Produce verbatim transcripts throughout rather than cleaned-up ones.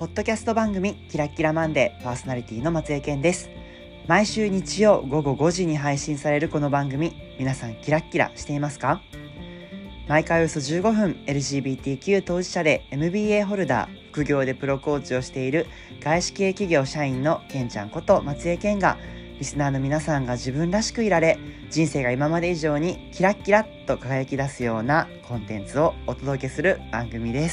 ポッドキャスト番組キラッキラマンデーパーソナリティの松江健です。毎週日曜午後ごじに配信されるこの番組、皆さんキラッキラしていますか？毎回およそじゅうごふん エルジービーティーキュー 当事者で エムビーエー ホルダー、副業でプロコーチをしている外資系企業社員のケンちゃんこと松江健が、リスナーの皆さんが自分らしくいられ、人生が今まで以上にキラッキラッと輝き出すようなコンテンツをお届けする番組です。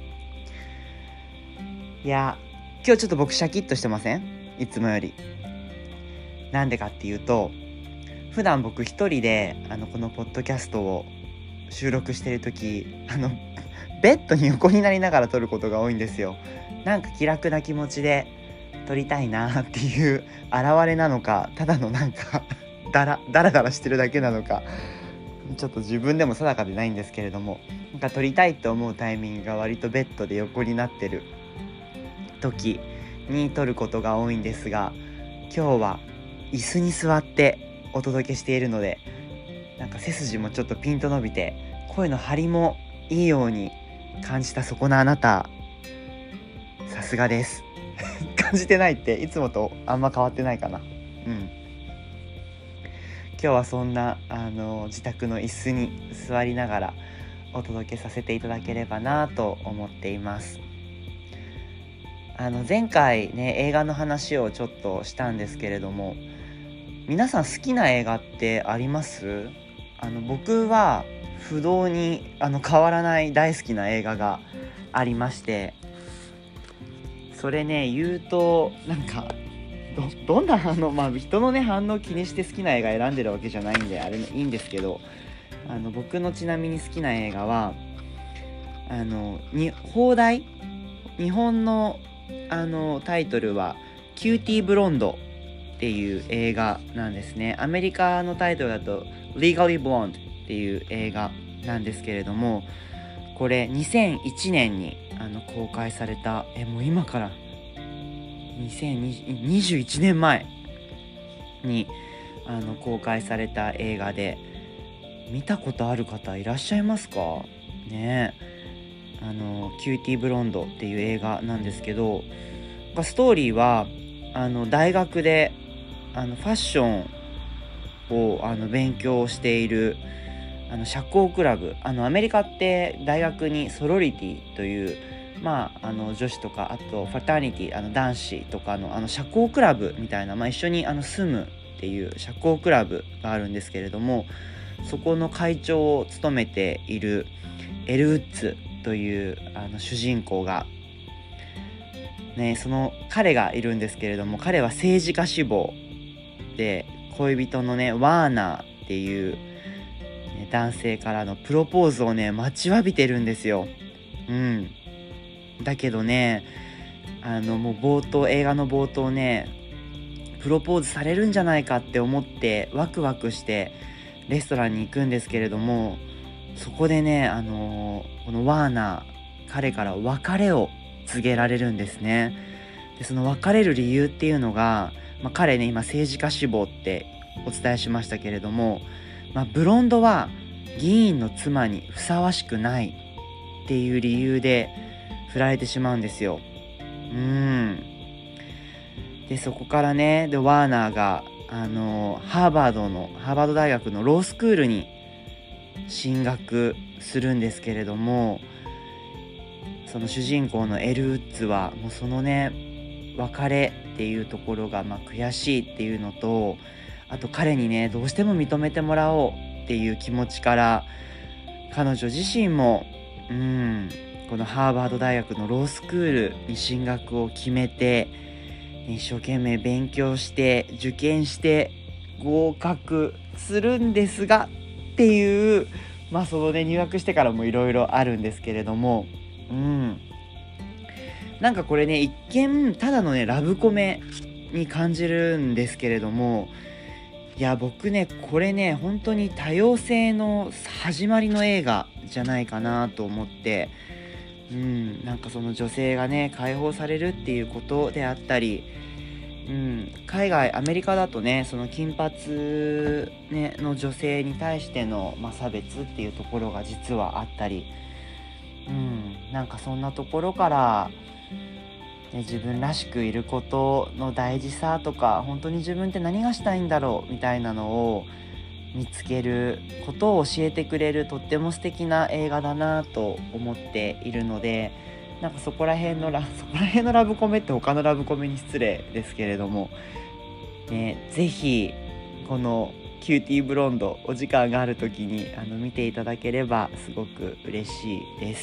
いや、今日ちょっと僕シャキッとしてません？いつもより。なんでかっていうと、普段僕一人であのこのポッドキャストを収録している時、あのベッドに横になりながら撮ることが多いんですよ。なんか気楽な気持ちで撮りたいなっていう現れなのか、ただのなんかだらだらだらしてるだけなのか、ちょっと自分でも定かでないんですけれども、なんか撮りたいと思うタイミングが割とベッドで横になってる時に撮ることが多いんですが、今日は椅子に座ってお届けしているので、なんか背筋もちょっとピンと伸びて、声の張りもいいように感じたそこのあなた、さすがです感じてないっていつもとあんま変わってないかな。うん今日はそんなあの自宅の椅子に座りながらお届けさせていただければなと思っています。あの前回ね、映画の話をちょっとしたんですけれども、皆さん好きな映画ってあります？あの僕は不動にあの変わらない大好きな映画がありまして、それね言うとなんか ど, どんな反応、まあ人のね反応気にして好きな映画選んでるわけじゃないんであれいいんですけど、あの僕のちなみに好きな映画はあのに邦題日本のあのタイトルはキューティーブロンドっていう映画なんですね。アメリカのタイトルだと Legally Blonde っていう映画なんですけれども、これにせんいちねんにあの公開された、えもう今からにせんにじゅういちねんまえにあの公開された映画で、見たことある方いらっしゃいますかね。あのキューティーブロンドっていう映画なんですけど、ストーリーはあの大学であのファッションをあの勉強しているあの社交クラブ、あのアメリカって大学にソロリティという、まあ、あの女子とか、あとファターニティ、あの男子とかのあの社交クラブみたいな、まあ、一緒にあの住むっていう社交クラブがあるんですけれども、そこの会長を務めているエル・ウッズというあの主人公がね、その彼がいるんですけれども、彼は政治家志望で、恋人のねワーナーっていう、ね、男性からのプロポーズをね待ちわびてるんですよ。うんだけどね、あのもう冒頭映画の冒頭ね、プロポーズされるんじゃないかって思ってワクワクしてレストランに行くんですけれども、そこでね、あのー、このワーナー、彼から別れを告げられるんですね。でその別れる理由っていうのが、まあ、彼ね今政治家志望ってお伝えしましたけれども、まあ、ブロンドは議員の妻にふさわしくないっていう理由で振られてしまうんですよ。うんでそこからね、でワーナーがあのハーバードのハーバード大学のロースクールに進学するんですけれども、その主人公のエル・ウッズはもうそのね別れっていうところがまあ悔しいっていうのと、あと彼にねどうしても認めてもらおうっていう気持ちから、彼女自身もうんこのハーバード大学のロースクールに進学を決めて、一生懸命勉強して受験して合格するんですがっていう、まあそのね入学してからもいろいろあるんですけれども、うんなんかこれね一見ただのねラブコメに感じるんですけれども、いや僕ねこれね本当に多様性の始まりの映画じゃないかなと思って、うんなんかその女性がね解放されるっていうことであったり、うん、海外アメリカだとねその金髪、ね、の女性に対しての、まあ、差別っていうところが実はあったり、うん、なんかそんなところからで自分らしくいることの大事さとか、本当に自分って何がしたいんだろうみたいなのを見つけることを教えてくれる、とっても素敵な映画だなと思っているので、なんかそこら辺のラそこら辺のラブコメって他のラブコメに失礼ですけれども、ね、ぜひこのキューティーブロンドお時間がある時にあの見ていただければすごく嬉しいです。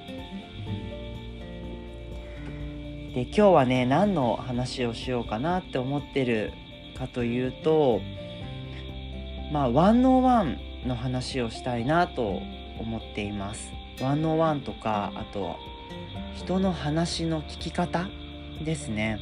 で今日はね、何の話をしようかなって思ってるかというと、まあワンオーワンの話をしたいなと思っています。ワンオーワンとか、あと人の話の聞き方ですね。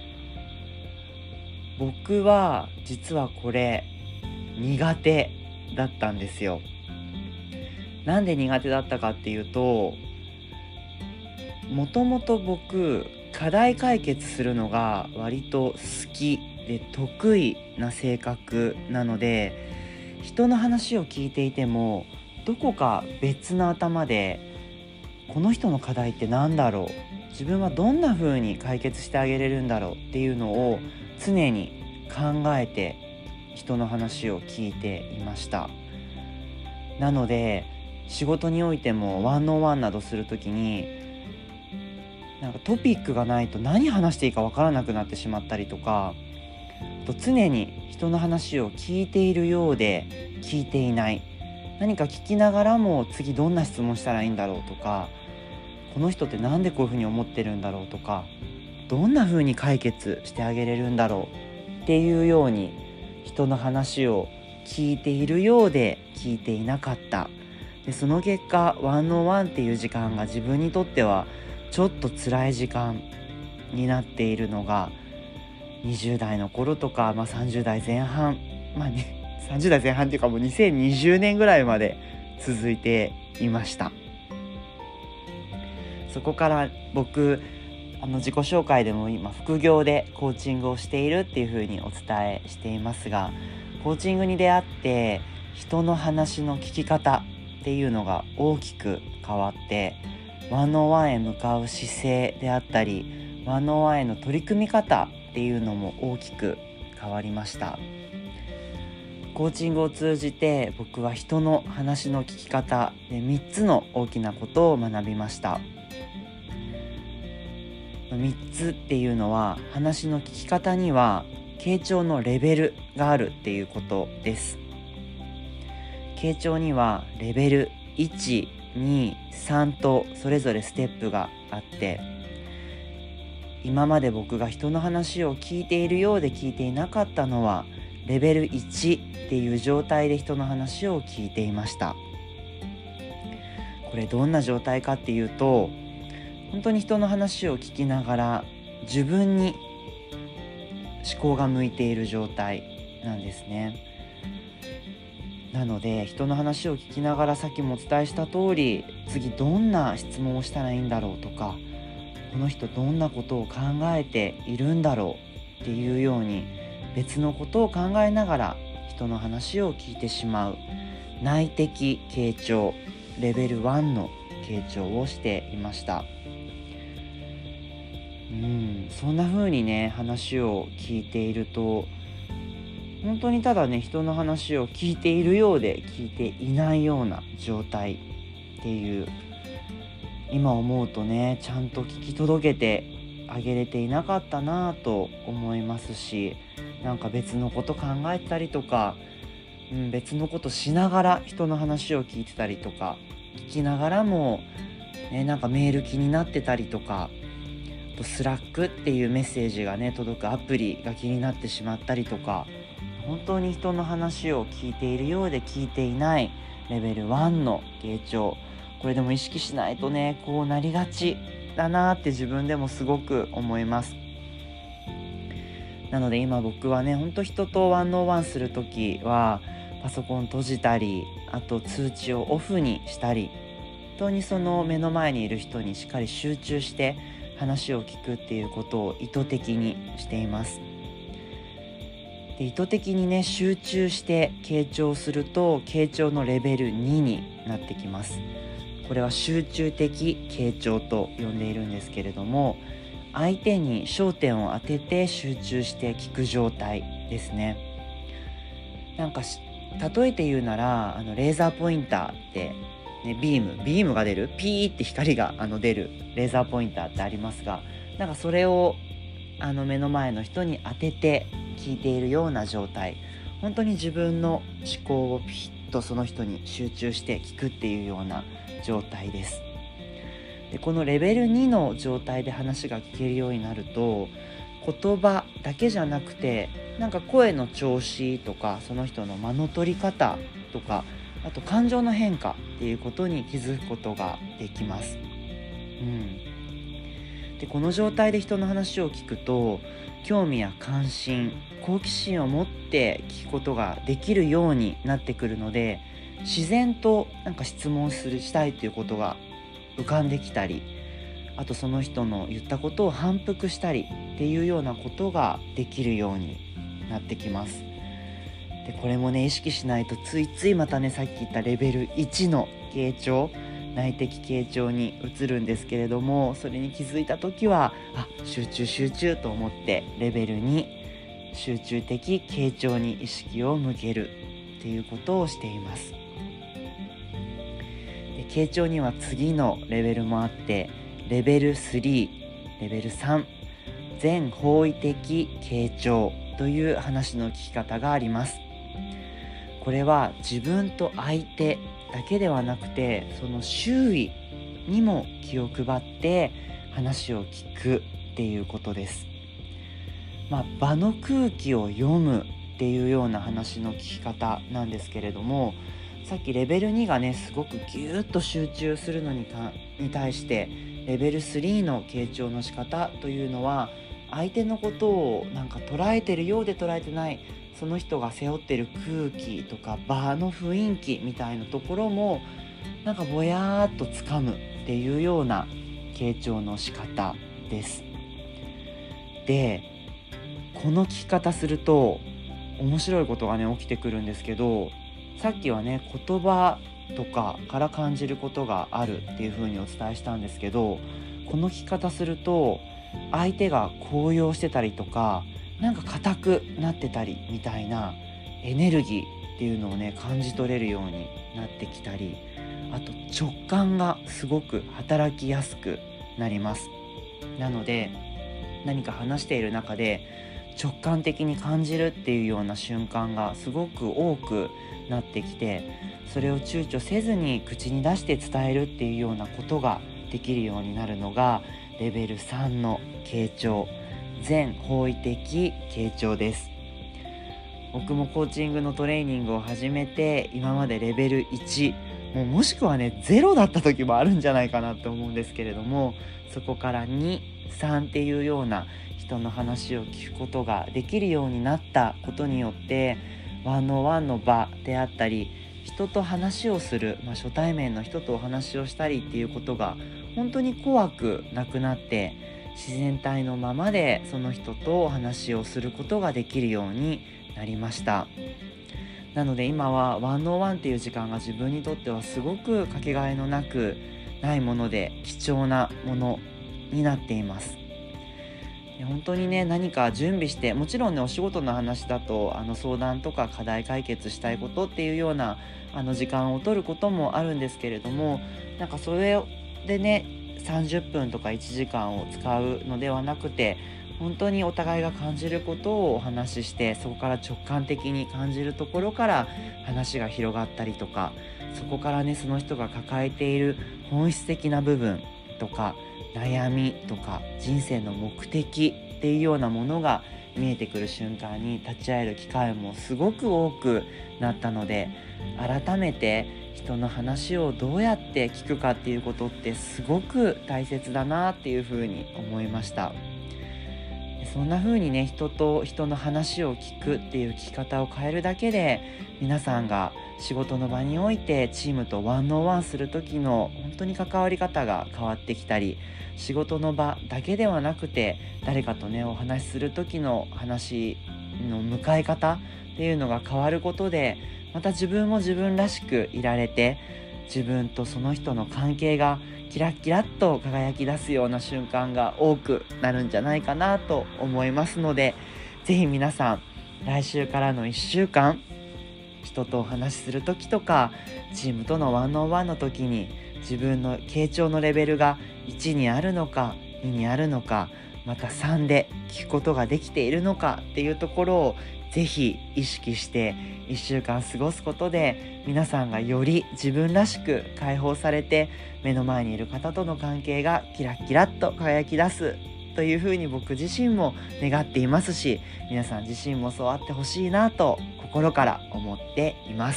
僕は実はこれ苦手だったんですよ。なんで苦手だったかっていうと、もともと僕課題解決するのが割と好きで得意な性格なので、人の話を聞いていてもどこか別の頭で、この人の課題って何だろう、自分はどんな風に解決してあげれるんだろうっていうのを常に考えて人の話を聞いていました。なので仕事においてもワンオンワンなどするときに、なんかトピックがないと何話していいか分からなくなってしまったりとか、と常に人の話を聞いているようで聞いていない、何か聞きながらも次どんな質問したらいいんだろうとか、この人ってなんでこういうふうに思ってるんだろうとか、どんなふうに解決してあげれるんだろうっていうように人の話を聞いているようで聞いていなかった。でその結果ワンオンワンっていう時間が自分にとってはちょっと辛い時間になっているのがにじゅう代の頃とか、まあ、さんじゅう代前半、まあね、さんじゅう代前半っていうかもうにせんにじゅうねんぐらいまで続いていました。そこから僕あの自己紹介でも今副業でコーチングをしているっていう風にお伝えしていますが、コーチングに出会って人の話の聞き方っていうのが大きく変わって、ワンオンワンへ向かう姿勢であったり、ワンオンワンへの取り組み方っていうのも大きく変わりました。コーチングを通じて僕は人の話の聞き方でみっつの大きなことを学びました。みっつっていうのは、話の聞き方には傾聴のレベルがあるっていうことです。傾聴にはレベルいち、に、さんとそれぞれステップがあって、今まで僕が人の話を聞いているようで聞いていなかったのはレベルいちっていう状態で人の話を聞いていました。これどんな状態かっていうと、本当に人の話を聞きながら自分に思考が向いている状態なんですね。なので人の話を聞きながら、さっきもお伝えした通り、次どんな質問をしたらいいんだろうとか、この人どんなことを考えているんだろうっていうように別のことを考えながら人の話を聞いてしまう内的傾聴、レベルいちの傾聴をしていました。うん、そんな風にね話を聞いていると、本当にただね人の話を聞いているようで聞いていないような状態っていう、今思うとねちゃんと聞き届けてあげれていなかったなと思いますし、なんか別のこと考えたりとか、うん、別のことしながら人の話を聞いてたりとか、聞きながらも、ね、なんかメール気になってたりとか、スラックっていうメッセージがね届くアプリが気になってしまったりとか、本当に人の話を聞いているようで聞いていないレベルいちの傾聴、これでも意識しないとねこうなりがちだなって自分でもすごく思います。なので今僕はね本当人とワンオンワンするときはパソコン閉じたり、あと通知をオフにしたり、本当にその目の前にいる人にしっかり集中して話を聞くっていうことを意図的にしています。で意図的にね集中して傾聴すると傾聴のレベルにになってきます。これは集中的傾聴と呼んでいるんですけれども、 相手に焦点を当てて集中して聞く状態ですね。なんか例えて言うなら、あのレーザーポインターって、ね、ビームビームが出る、ピーって光があの出るレーザーポインターってありますが、なんかそれをあの目の前の人に当てて聞いているような状態、本当に自分の思考をピシッとその人に集中して聞くっていうような状態です。でこのレベルにの状態で話が聞けるようになると、言葉だけじゃなくて、なんか声の調子とか、その人の間の取り方とか、あと感情の変化っていうことに気づくことができます。うん、でこの状態で人の話を聞くと、興味や関心、好奇心を持って聞くことができるようになってくるので、自然となんか質問するしたいということが浮かんできたり、あとその人の言ったことを反復したりっていうようなことができるようになってきます。でこれもね、意識しないとついついまたね、さっき言ったレベルいちの傾聴、内的傾聴に移るんですけれども、それに気づいた時は、あ、集中集中と思ってレベルに、集中的傾聴に意識を向けるっていうことをしています。で傾聴には次のレベルもあって、レベルさん、レベルさん、全方位的傾聴という話の聞き方があります。これは自分と相手だけではなくて、その周囲にも気を配って話を聞くっていうことです。まあ、場の空気を読むっていうような話の聞き方なんですけれども、さっきレベルにがね、すごくギューッと集中するのにかに対して、レベルさんの傾聴の仕方というのは、相手のことをなんか捉えてるようで捉えてない、その人が背負ってる空気とか場の雰囲気みたいなところもなんかぼやーっとつかむっていうような傾聴の仕方です。でこの聞き方すると面白いことがね起きてくるんですけど、さっきはね、言葉とかから感じることがあるっていうふうにお伝えしたんですけど、この聞き方すると相手が高揚してたりとか、なんか硬くなってたりみたいなエネルギーっていうのをね感じ取れるようになってきたり、あと直感がすごく働きやすくなります。なので何か話している中で直感的に感じるっていうような瞬間がすごく多くなってきて、それを躊躇せずに口に出して伝えるっていうようなことができるようになるのがレベルさんの傾聴、全方位的傾聴です。僕もコーチングのトレーニングを始めて、今までレベルいち、もうもしくはねゼロだった時もあるんじゃないかなと思うんですけれども、そこからに、さんっていうような人の話を聞くことができるようになったことによって、ワンオンワンの場であったり、人と話をする、まあ、初対面の人とお話をしたりっていうことが本当に怖くなくなって、自然体のままでその人とお話をすることができるようになりました。なので今はワンオンワンっていう時間が自分にとってはすごくかけがえのなくないもので、貴重なものになっています。本当にね、何か準備して、もちろんねお仕事の話だとあの相談とか課題解決したいことっていうようなあの時間を取ることもあるんですけれども、なんかそれでねさんじゅっぷんとかいちじかんを使うのではなくて、本当にお互いが感じることをお話しして、そこから直感的に感じるところから話が広がったりとか、そこからねその人が抱えている本質的な部分とか悩みとか人生の目的っていうようなものが見えてくる瞬間に立ち会える機会もすごく多くなったので、改めて人の話をどうやって聞くかっていうことってすごく大切だなっていうふうに思いました。そんな風にね、人と人の話を聞くっていう聞き方を変えるだけで、皆さんが仕事の場においてチームとワンオンワンする時の本当に関わり方が変わってきたり、仕事の場だけではなくて誰かとねお話しする時の話の迎え方っていうのが変わることで、また自分も自分らしくいられて、 自分とその人の関係がキラッキラッと輝き出すような瞬間が多くなるんじゃないかなと思いますので、ぜひ皆さん来週からのいっしゅうかん、人とお話しする時とかチームとのワンオンワンの時に自分の傾聴のレベルがいちにあるのかににあるのか、またさんで聞くことができているのかっていうところをぜひ意識していっしゅうかん過ごすことで、皆さんがより自分らしく解放されて目の前にいる方との関係がキラッキラッと輝き出すというふうに僕自身も願っていますし、皆さん自身もそうあってほしいなと心から思っています。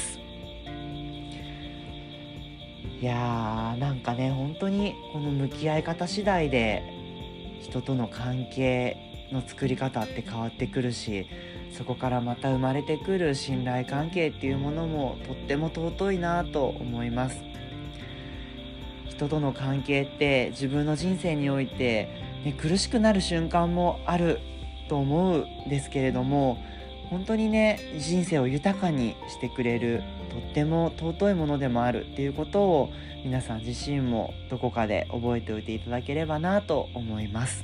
いやーなんかね、本当にこの向き合い方次第で人との関係の作り方って変わってくるし、そこからまた生まれてくる信頼関係っていうものもとっても尊いなと思います。人との関係って自分の人生において、ね、苦しくなる瞬間もあると思うんですけれども、本当にね人生を豊かにしてくれるとっても尊いものでもあるっていうことを、皆さん自身もどこかで覚えておいていただければなと思います。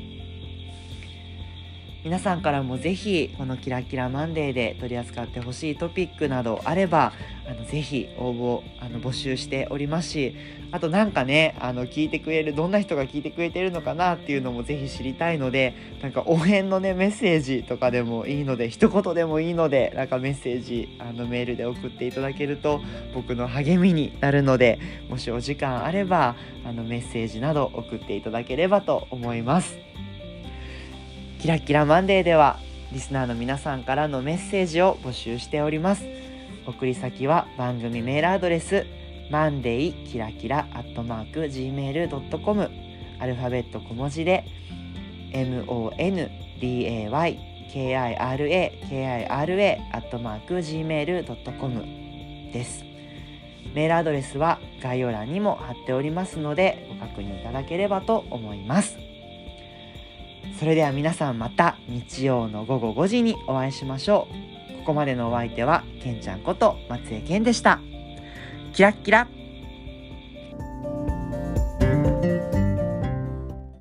皆さんからもぜひこのキラキラマンデーで取り扱ってほしいトピックなどあれば、あのぜひ応募あの募集しておりますし、あとなんかねあの聞いてくれるどんな人が聞いてくれてるのかなっていうのもぜひ知りたいので、なんか応援のねメッセージとかでもいいので、一言でもいいのでなんかメッセージあのメールで送っていただけると僕の励みになるので、もしお時間あればあのメッセージなど送っていただければと思います。キラキラマンデーではリスナーの皆さんからのメッセージを募集しております。送り先は番組メールアドレスマンデーキラキラアットマーク ジーメールドットコム、 アルファベット小文字で マンデーキラキラアットマーク ジーメールドットコム です。メールアドレスは概要欄にも貼っておりますのでご確認いただければと思います。それでは皆さんまた日曜の午後ごじにお会いしましょう。ここまでのお相手はけんちゃんこと松江健でした。キラッキラ。